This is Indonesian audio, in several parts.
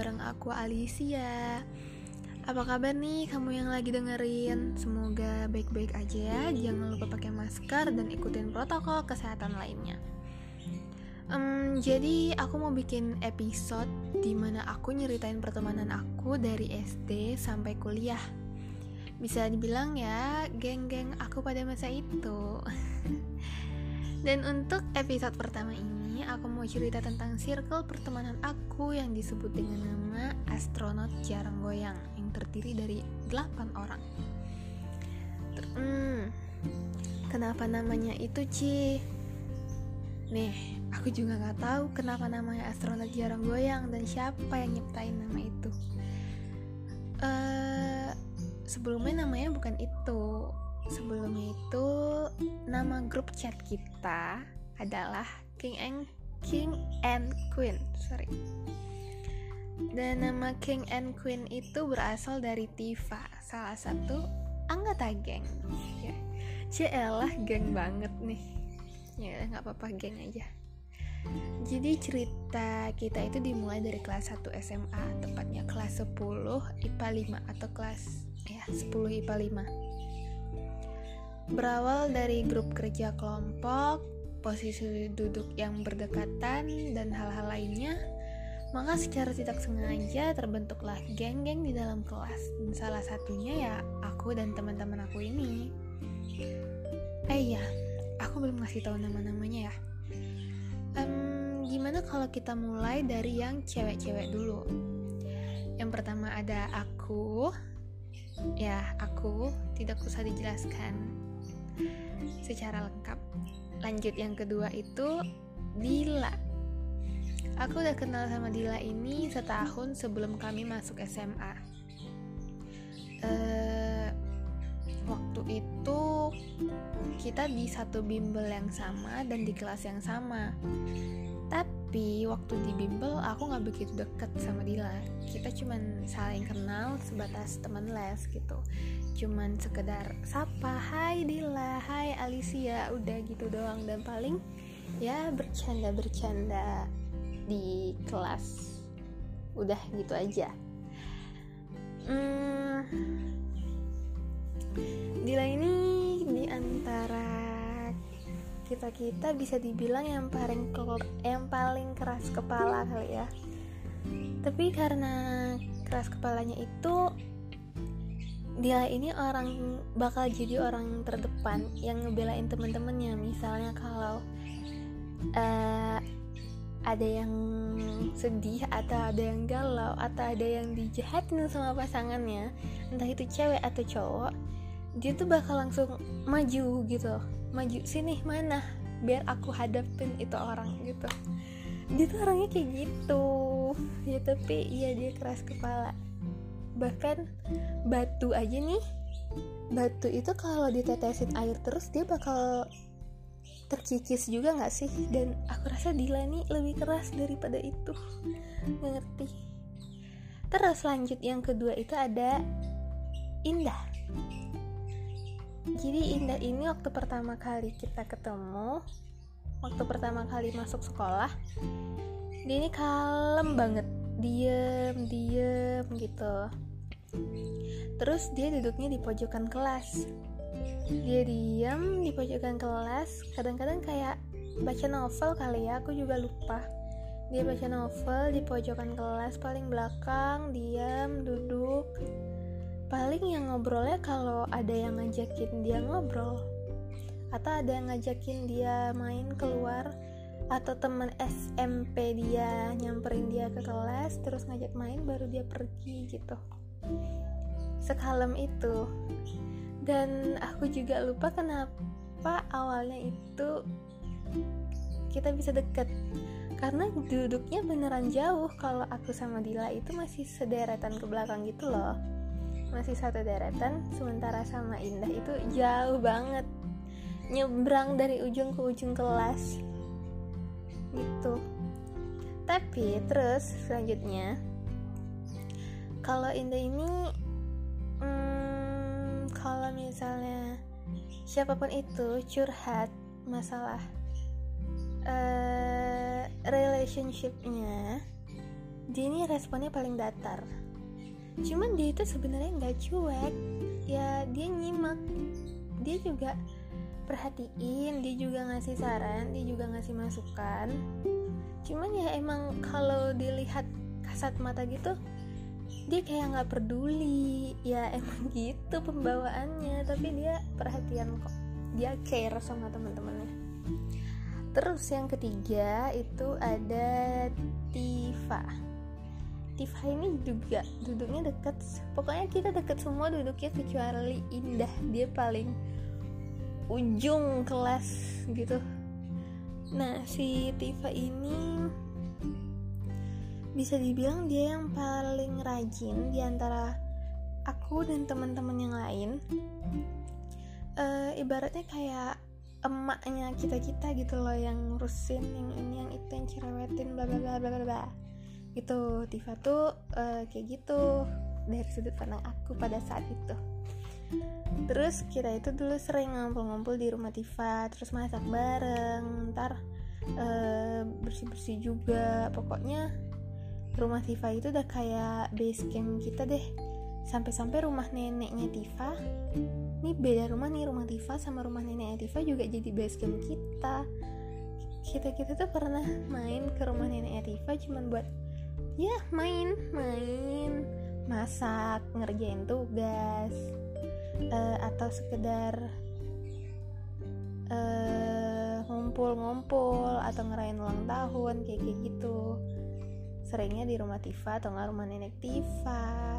bareng aku Alicia. Apa kabar nih kamu yang lagi dengerin? Semoga baik-baik aja ya. Jangan lupa pakai masker dan ikutin protokol kesehatan lainnya. Jadi aku mau bikin episode dimana aku nyeritain pertemanan aku dari SD sampai kuliah. Bisa dibilang ya, geng-geng aku pada masa itu. Dan untuk episode pertama ini, aku mau cerita tentang circle pertemanan aku yang disebut dengan nama Astronot Jarang Goyang, yang terdiri dari 8 orang. Kenapa namanya itu, Ci? Nih, aku juga gak tahu kenapa namanya Astronot Jarang Goyang dan siapa yang nyiptain nama itu. Sebelumnya namanya bukan itu. Sebelumnya itu nama grup chat kita adalah King and Queen. Dan nama King and Queen itu berasal dari Tifa, salah satu anggota geng. Ya, Cielah geng banget nih. Ya nggak apa-apa, geng aja. Jadi cerita kita itu dimulai dari kelas 1 SMA, tepatnya kelas 10 IPA 5 atau kelas 10 IPA 5. Berawal dari grup kerja kelompok, posisi duduk yang berdekatan, dan hal-hal lainnya, maka secara tidak sengaja terbentuklah geng-geng di dalam kelas. Dan salah satunya ya aku dan teman-teman aku ini. Aku belum ngasih tahu nama-namanya ya. Gimana kalau kita mulai dari yang cewek-cewek dulu? Yang pertama ada aku. Ya, aku tidak usah dijelaskan secara lengkap. Lanjut yang kedua itu Dila. Aku udah kenal sama Dila ini setahun sebelum kami masuk SMA. Waktu itu kita di satu bimbel yang sama dan di kelas yang sama. Tapi waktu di bimbel aku gak begitu deket sama Dila. Kita cuman saling kenal sebatas teman les gitu. Cuman sekedar sapa, hai Dila, hai Alicia, udah gitu doang. Dan paling ya bercanda-bercanda di kelas. Udah gitu aja. Dila ini di antara kita bisa dibilang yang paling keras kepala kali ya. Tapi karena keras kepalanya itu, dia ini bakal jadi orang terdepan yang ngebelain teman-temannya. Misalnya kalau ada yang sedih atau ada yang galau atau ada yang dijahatin sama pasangannya, entah itu cewek atau cowok, dia tuh bakal langsung maju gitu. Maju sini mana biar aku hadapin itu orang gitu. Dia tuh orangnya kayak gitu ya, tapi iya dia keras kepala. Bahkan batu aja nih, batu itu kalau ditetesin air terus dia bakal terkikis juga gak sih? Dan aku rasa Dila nih lebih keras daripada itu. Gak ngerti. Terus lanjut yang kedua itu ada Indah. Jadi Indah ini waktu pertama kali kita ketemu, waktu pertama kali masuk sekolah, dia ini kalem banget, diem gitu. Terus dia duduknya di pojokan kelas. Dia diem di pojokan kelas, kadang-kadang kayak baca novel kali ya, aku juga lupa. Dia baca novel di pojokan kelas paling belakang, diem, duduk. Paling yang ngobrolnya kalau ada yang ngajakin dia ngobrol, atau ada yang ngajakin dia main keluar, atau teman SMP dia nyamperin dia ke kelas terus ngajak main baru dia pergi gitu. Sekalem itu. Dan aku juga lupa kenapa awalnya itu kita bisa deket, karena duduknya beneran jauh. Kalau aku sama Dila itu masih sederetan ke belakang gitu loh, masih satu deretan, sementara sama Indah itu jauh banget, nyebrang dari ujung ke ujung kelas gitu. Tapi terus selanjutnya, kalau Indah ini kalau misalnya siapapun itu curhat masalah relationship-nya, dia ini responnya paling datar. Cuman dia itu sebenarnya nggak cuek, ya dia nyimak, dia juga perhatiin, dia juga ngasih saran, dia juga ngasih masukan. Cuman ya emang kalau dilihat kasat mata gitu, dia kayak nggak peduli, ya emang gitu pembawaannya. Tapi dia perhatian kok, dia care sama teman-temannya. Terus yang ketiga itu ada Tifa. Tifa ini juga duduknya deket, pokoknya kita deket semua duduknya kecuali Indah, dia paling ujung kelas gitu. Nah si Tifa ini bisa dibilang dia yang paling rajin di antara aku dan teman-teman yang lain. Ibaratnya kayak emaknya kita gitu loh, yang ngurusin yang ini yang itu, yang cerewetin bla bla bla bla bla gitu. Tifa tuh kayak gitu dari sudut pandang aku pada saat itu. Terus kita itu dulu sering ngumpul-ngumpul di rumah Tifa, terus masak bareng, ntar bersih-bersih juga. Pokoknya rumah Tifa itu udah kayak base camp kita deh. Sampai-sampai rumah neneknya Tifa, ini beda rumah nih, rumah Tifa sama rumah neneknya Tifa juga jadi base camp kita. Kita tuh pernah main ke rumah neneknya Tifa cuman buat ya main, masak, ngerjain tugas, atau sekedar ngumpul-ngumpul atau ngerayain ulang tahun kayak gitu. Seringnya di rumah Tifa atau nggak rumah nenek Tifa.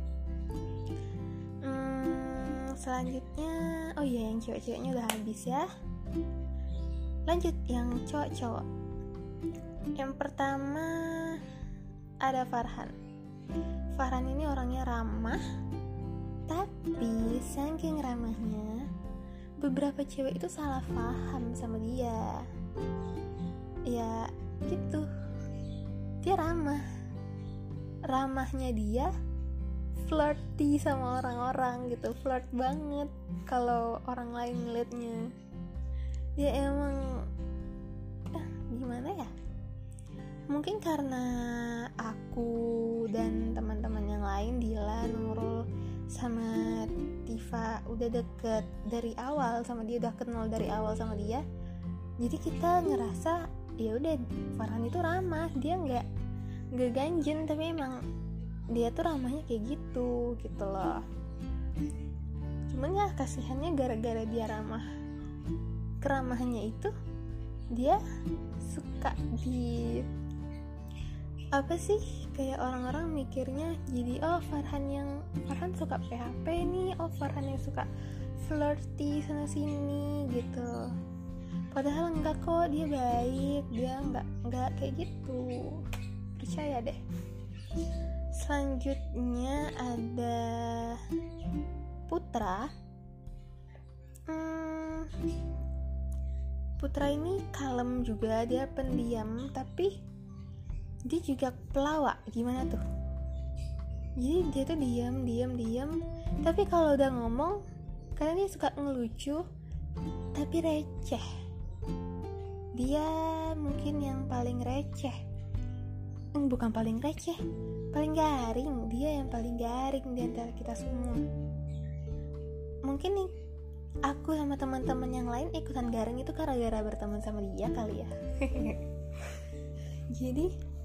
Selanjutnya, oh iya yang cewek-ceweknya udah habis ya. Lanjut yang cowok-cowok. Yang pertama ada Farhan. Farhan ini orangnya ramah, tapi saking ramahnya beberapa cewek itu salah paham sama dia. Ya gitu, dia ramahnya dia flirty sama orang-orang gitu, flirt banget kalau orang lain ngeliatnya. Ya emang gimana ya, mungkin karena aku dan teman-teman yang lain, Dila, Nurul, sama Tifa udah deket dari awal sama dia, udah kenal dari awal sama dia, jadi kita ngerasa ya udah Farhan itu ramah, dia nggak ganjen, tapi emang dia tuh ramahnya kayak gitu loh. Cuman ya kasihannya gara-gara dia ramah, keramahannya itu dia suka di apa sih, kayak orang-orang mikirnya jadi Farhan suka PHP nih, Farhan yang suka flirty sana sini gitu. Padahal enggak kok, dia baik, dia enggak kayak gitu, percaya deh. Selanjutnya ada Putra. Putra ini kalem juga, dia pendiam tapi dia juga pelawak. Gimana tuh? Jadi dia tuh diam, tapi kalau udah ngomong karena dia suka ngelucu tapi receh. Dia mungkin yang paling receh. Bukan paling receh, paling garing. Dia yang paling garing di antara kita semua. Mungkin nih aku sama teman-teman yang lain ikutan garing itu gara-gara berteman sama dia kali ya. Jadi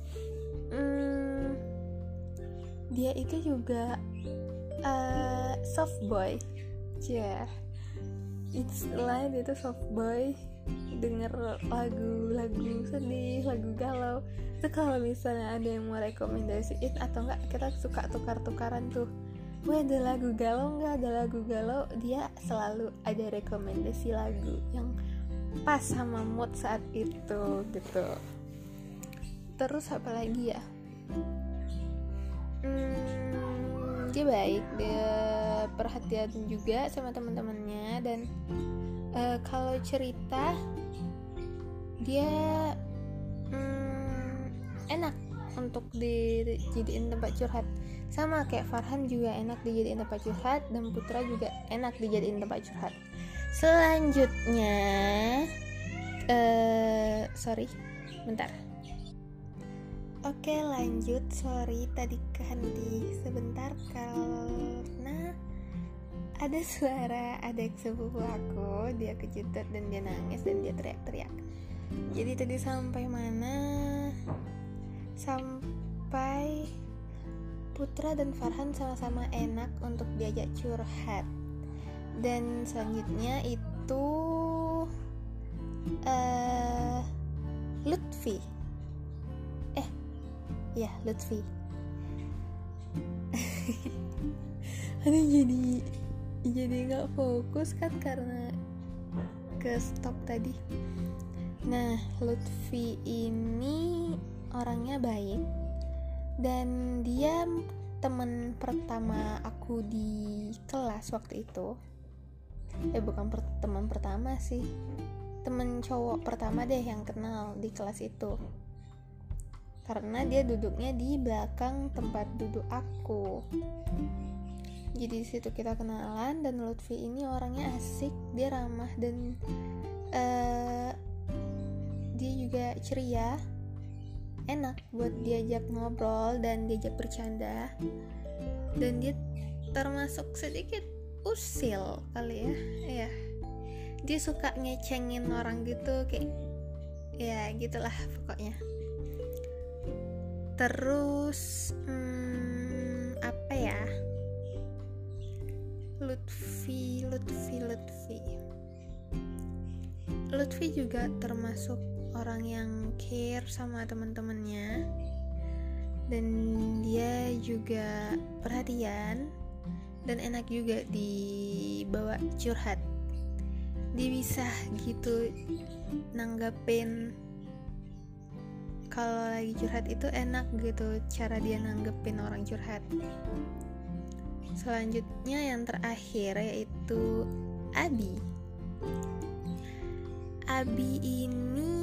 dia itu juga soft boy. Yeah, istilah dia tuh soft boy. Denger lagu sedih, lagu galau itu kalau misalnya ada yang mau rekomendasiin atau enggak, kita suka tukar-tukaran tuh. Ada lagu galau enggak? Ada lagu galau, dia selalu ada rekomendasi lagu yang pas sama mood saat itu gitu. Terus apa lagi ya? Dia baik, dia perhatian juga sama teman-temannya, dan kalau cerita dia enak untuk dijadiin tempat curhat. Sama kayak Farhan juga enak dijadiin tempat curhat, dan Putra juga enak dijadiin tempat curhat. Selanjutnya bentar. Oke, lanjut. Sorry tadi kehenti sebentar karena ada suara adik sepupu aku. Dia kejutan dan dia nangis dan dia teriak-teriak. Jadi tadi sampai mana? Sampai Putra dan Farhan sama-sama enak untuk diajak curhat. Dan selanjutnya itu Lutfi. Lutfi. Aduh, jadi nggak fokus kan karena ke stop tadi. Nah, Lutfi ini orangnya baik dan dia teman pertama aku di kelas waktu itu. Bukan teman pertama sih, teman cowok pertama deh yang kenal di kelas itu, karena dia duduknya di belakang tempat duduk aku. Jadi di situ kita kenalan dan Lutfi ini orangnya asik, dia ramah dan dia juga ceria, enak buat diajak ngobrol dan diajak bercanda. Dan dia termasuk sedikit usil kali ya. Dia suka ngecengin orang gitu, kayak ya gitulah pokoknya. Terus apa ya, Lutfi juga termasuk orang yang care sama teman-temannya, dan dia juga perhatian dan enak juga dibawa curhat. Dia bisa gitu nanggepin, kalau lagi curhat itu enak gitu cara dia nanggepin orang curhat. Selanjutnya yang terakhir yaitu Abi. Abi ini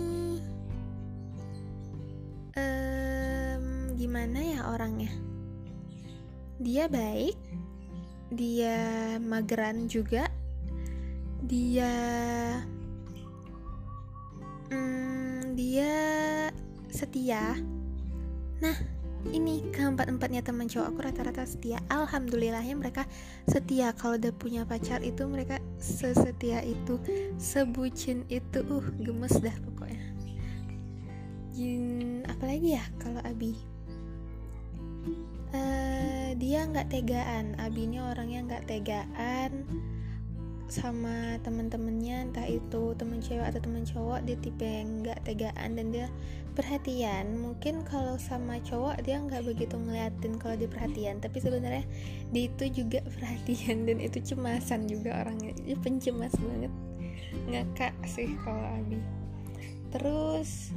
gimana ya orangnya? Dia baik, dia mageran juga, dia setia. Nah, ini keempat-empatnya teman cowok aku rata-rata setia. Alhamdulillahnya mereka setia. Kalau udah punya pacar itu mereka sesetia itu, sebucin itu, gemes dah pokoknya. Apalagi ya kalau Abi, dia nggak tegaan. Abi ini orangnya nggak tegaan sama teman-temannya, entah itu teman cewek atau teman cowok. Dia tipe yang nggak tegaan dan dia perhatian. Mungkin kalau sama cowok dia nggak begitu ngeliatin kalau dia perhatian, tapi sebenarnya dia itu juga perhatian dan itu cemasan juga orangnya. Dia pencemas banget, ngakak sih kalau Abi. Terus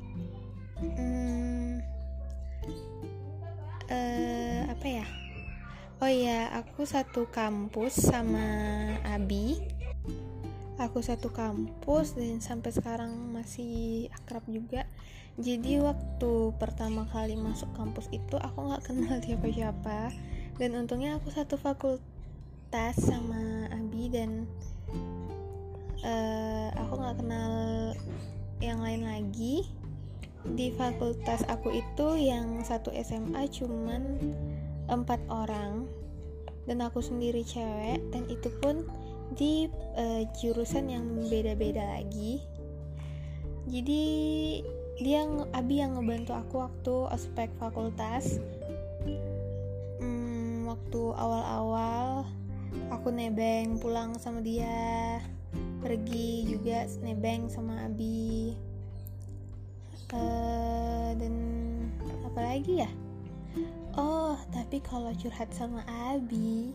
apa ya? Oh iya, aku satu kampus sama Abi. Aku satu kampus dan sampai sekarang masih akrab juga. Jadi waktu pertama kali masuk kampus itu aku gak kenal siapa-siapa, dan untungnya aku satu fakultas sama Abi dan aku gak kenal yang lain lagi. Di fakultas aku itu yang satu SMA cuman 4 orang dan aku sendiri cewek, dan itu pun di jurusan yang beda-beda lagi. Jadi Abi yang ngebantu aku waktu ospek fakultas. Waktu awal-awal aku nebeng pulang sama dia, pergi juga nebeng sama Abi. Dan apalagi ya? Oh, tapi kalau curhat sama Abi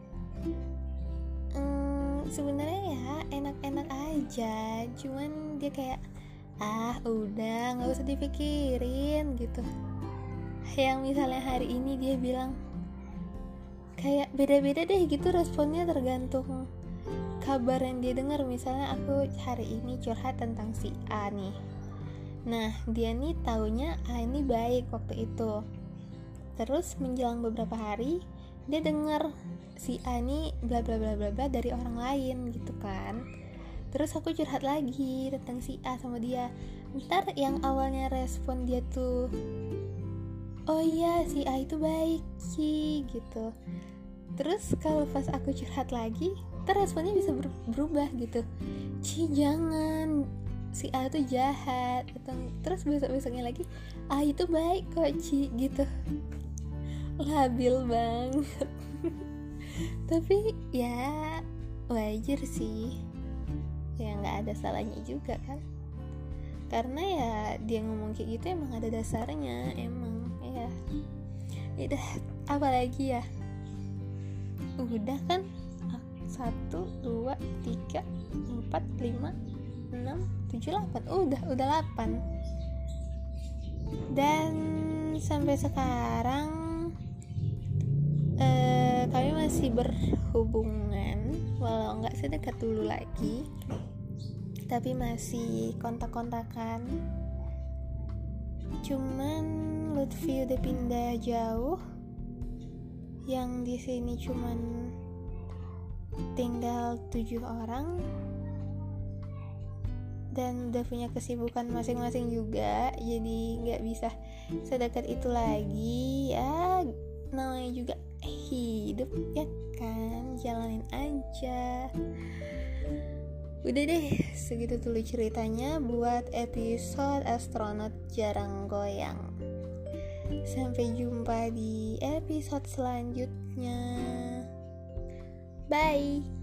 sebenarnya ya enak-enak aja, cuman dia kayak udah nggak usah dipikirin gitu. Yang misalnya hari ini dia bilang, kayak beda-beda deh gitu responnya tergantung kabar yang dia dengar. Misalnya aku hari ini curhat tentang si A nih, nah dia nih taunya ini baik waktu itu. Terus menjelang beberapa hari dia dengar si A nih bla bla bla bla bla dari orang lain gitu kan. Terus aku curhat lagi tentang si A sama dia. Ntar yang awalnya respon dia tuh oh iya si A itu baik Ci gitu. Terus kalau pas aku curhat lagi, responnya bisa berubah gitu. Ci jangan, si A itu jahat. Terus besok-besoknya lagi, A itu baik kok Ci gitu. Labil banget. Tapi ya wajar sih, ya nggak ada salahnya juga kan, karena ya dia ngomong kayak gitu emang ada dasarnya, emang ya. Udah, apalagi ya, udah kan 1, 2, 3, 4, 5, 6, 7, 8 udah 8. Dan sampai sekarang kami masih berhubungan, walau nggak sedekat dulu lagi, tapi masih kontak-kontakan. Cuman Lutfi udah pindah jauh, yang di sini cuman tinggal 7 orang dan udah punya kesibukan masing-masing juga, jadi nggak bisa sedekat itu lagi. Ya namanya juga hidup ya kan, jalanin aja. Udah deh, segitu dulu ceritanya buat episode Astronot Jarang Goyang. Sampai jumpa di episode selanjutnya. Bye.